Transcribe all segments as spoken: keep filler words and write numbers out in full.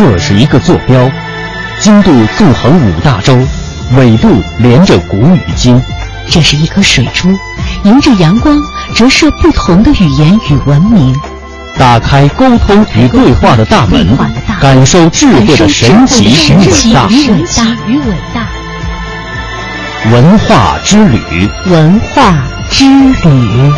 这是一个坐标，经度纵横五大洲，纬度连着古与今。 这是一颗水珠，迎着阳光折射不同的语言与文明。 打开沟通与对话的大门，感受智慧的神奇与伟大。文化之旅， 文化之旅。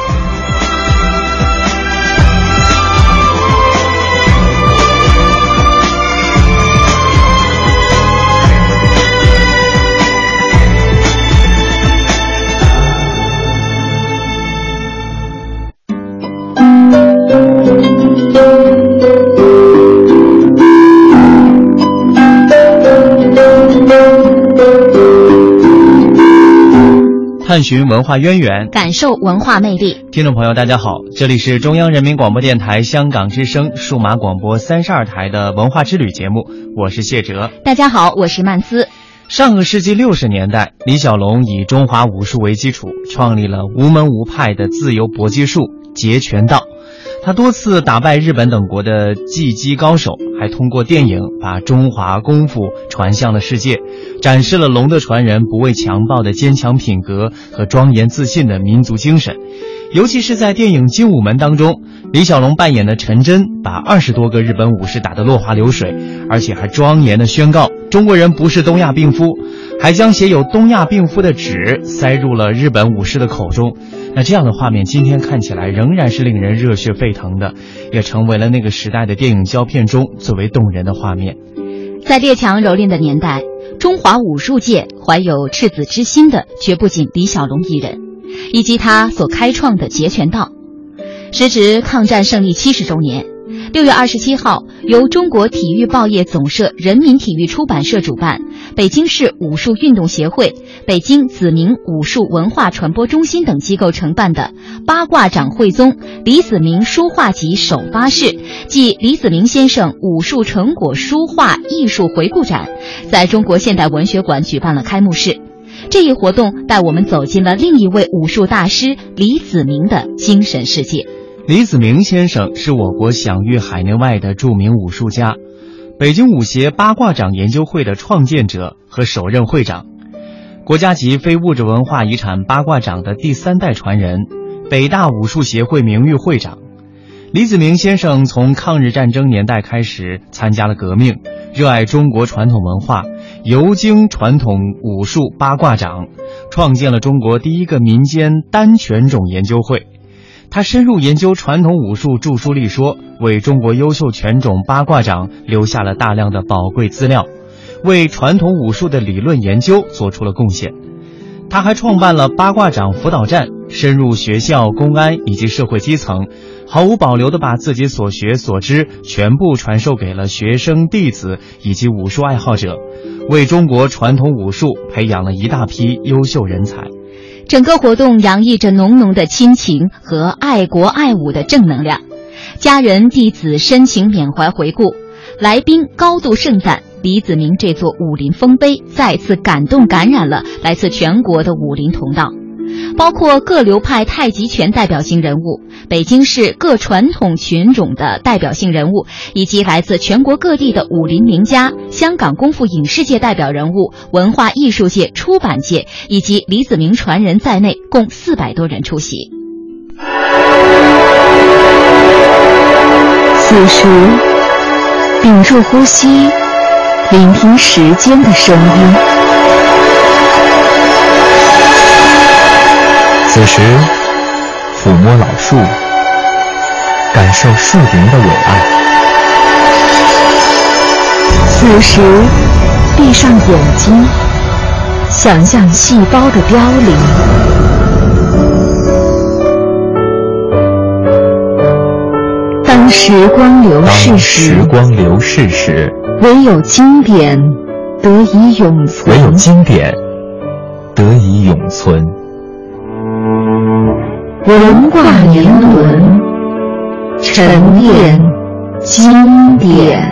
探寻文化渊源， 感受文化魅力。 听众朋友大家好，这里是中央人民广播电台香港之声数码广播三十二台的文化之旅节目，我是谢哲。 大家好，我是曼斯。 上个世纪六十年代，李小龙以中华武术为基础，创立了无门无派的自由搏击术截拳道。他多次打败日本等国的技击高手，还通过电影把中华功夫传向了世界，展示了龙的传人不畏强暴的坚强品格和庄严自信的民族精神。尤其是在电影《精武门》当中，李小龙扮演的陈真把二十多个日本武士打得落花流水，而且还庄严地宣告中国人不是东亚病夫，还将写有东亚病夫的纸塞入了日本武士的口中。那这样的画面今天看起来仍然是令人热血沸腾的，也成为了那个时代的电影胶片中最为动人的画面。 在列强蹂躏的年代，中华武术界怀有赤子之心的绝不仅李小龙一人，以及他所开创的截拳道。时值抗战胜利七十周年，六月二十七号，由中国体育报业总社、人民体育出版社主办，北京市武术运动协会、北京子明武术文化传播中心等机构承办的八卦掌会宗李子明书画集首发式暨李子明先生武术成果书画艺术回顾展，在中国现代文学馆举办了开幕式。这一活动带我们走进了另一位武术大师李子明的精神世界。 李子明先生是我国享誉海内外的著名武术家，北京武协八卦掌研究会的创建者和首任会长，国家级非物质文化遗产八卦掌的第三代传人，北大武术协会名誉会长。李子明先生从抗日战争年代开始参加了革命，热爱中国传统文化，游经传统武术八卦掌，创建了中国第一个民间单拳种研究会。他深入研究传统武术，著书立说，为中国优秀拳种八卦掌留下了大量的宝贵资料，为传统武术的理论研究做出了贡献。他还创办了八卦掌辅导站，深入学校、公安以及社会基层，毫无保留地把自己所学所知全部传授给了学生、弟子以及武术爱好者，为中国传统武术培养了一大批优秀人才。 整个活动洋溢着浓浓的亲情和爱国爱武的正能量，家人弟子深情缅怀回顾，来宾高度盛赞李子明这座武林丰碑再次感动感染了来自全国的武林同道，包括各流派太极拳代表性人物，北京市各传统群种的代表性人物，以及来自全国各地的武林名家、香港功夫影视界代表人物、文化艺术界、出版界以及李子明传人在内，共四百多人出席。 此时，屏住呼吸，聆听时间的声音。 此时，抚摸老树，感受树林的伟岸。 此时，闭上眼睛，想象细胞的凋零。当时光流逝时， 时光流逝时， 唯有经典得以永存。 唯有经典得以永存。 文化年轮，沉淀经典。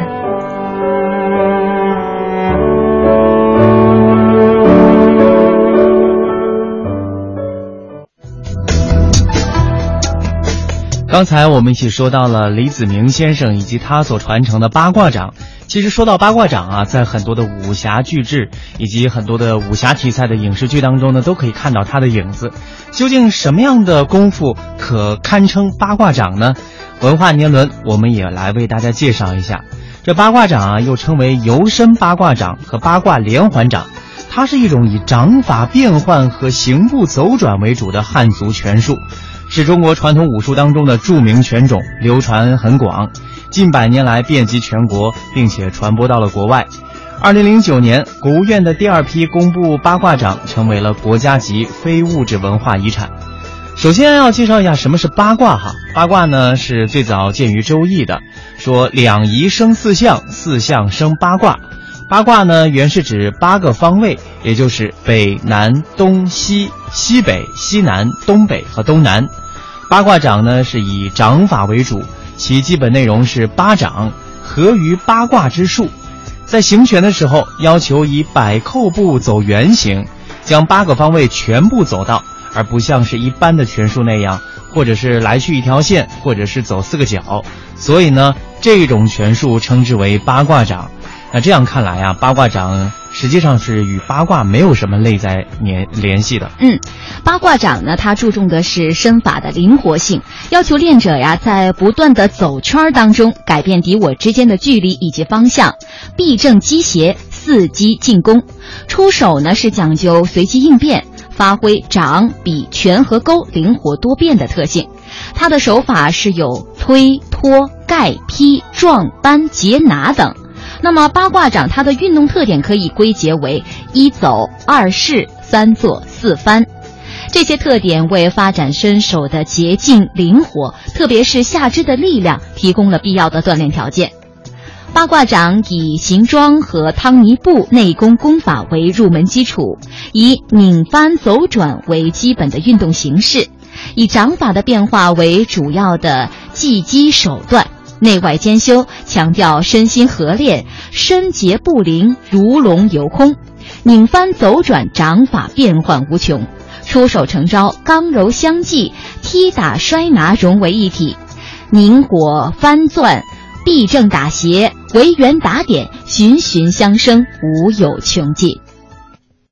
刚才我们一起说到了李子明先生以及他所传承的八卦掌。其实说到八卦掌啊，在很多的武侠巨制以及很多的武侠题材的影视剧当中呢，都可以看到它的影子。究竟什么样的功夫可堪称八卦掌呢？文化年轮我们也来为大家介绍一下。这八卦掌啊，又称为游身八卦掌和八卦连环掌，它是一种以掌法变换和行步走转为主的汉族拳术，是中国传统武术当中的著名拳种，流传很广，近百年来遍及全国，并且传播到了国外。二零零九年，国务院的第二批公布八卦掌成为了国家级非物质文化遗产。首先要介绍一下什么是八卦哈。八卦呢是最早见于周易的，说两仪生四象，四象生八卦。八卦呢原是指八个方位，也就是北南东西、西北、西南、东北和东南。八卦掌呢是以掌法为主，其基本内容是八掌合于八卦之术。在行拳的时候，要求以百寇步走圆形，将八个方位全部走到，而不像是一般的拳术那样，或者是来去一条线，或者是走四个角。所以呢，这种拳术称之为八卦掌。那这样看来啊，八卦掌实际上是与八卦没有什么内在联联系的。 嗯，八卦掌呢，它注重的是身法的灵活性，要求练者呀在不断的走圈当中改变敌我之间的距离以及方向，避正击邪，伺机进攻。出手呢是讲究随机应变，发挥掌、比、拳和勾灵活多变的特性。它的手法是有推、拖、盖、劈、撞、扳、截、拿等。那么八卦掌它的运动特点可以归结为一走、二式、三坐、四翻。这些特点为发展身手的捷径灵活，特别是下肢的力量提供了必要的锻炼条件。八卦掌以行桩和汤泥步内功功法为入门基础，以拧翻走转为基本的运动形式，以掌法的变化为主要的技击手段，内外兼修，强调身心合练，身节步灵，如龙游空。拧翻走转掌法变幻无穷，出手成招刚柔相济，踢打摔拿融为一体，拧裹翻攥，避正打斜，围圆打点，循循相生，无有穷尽。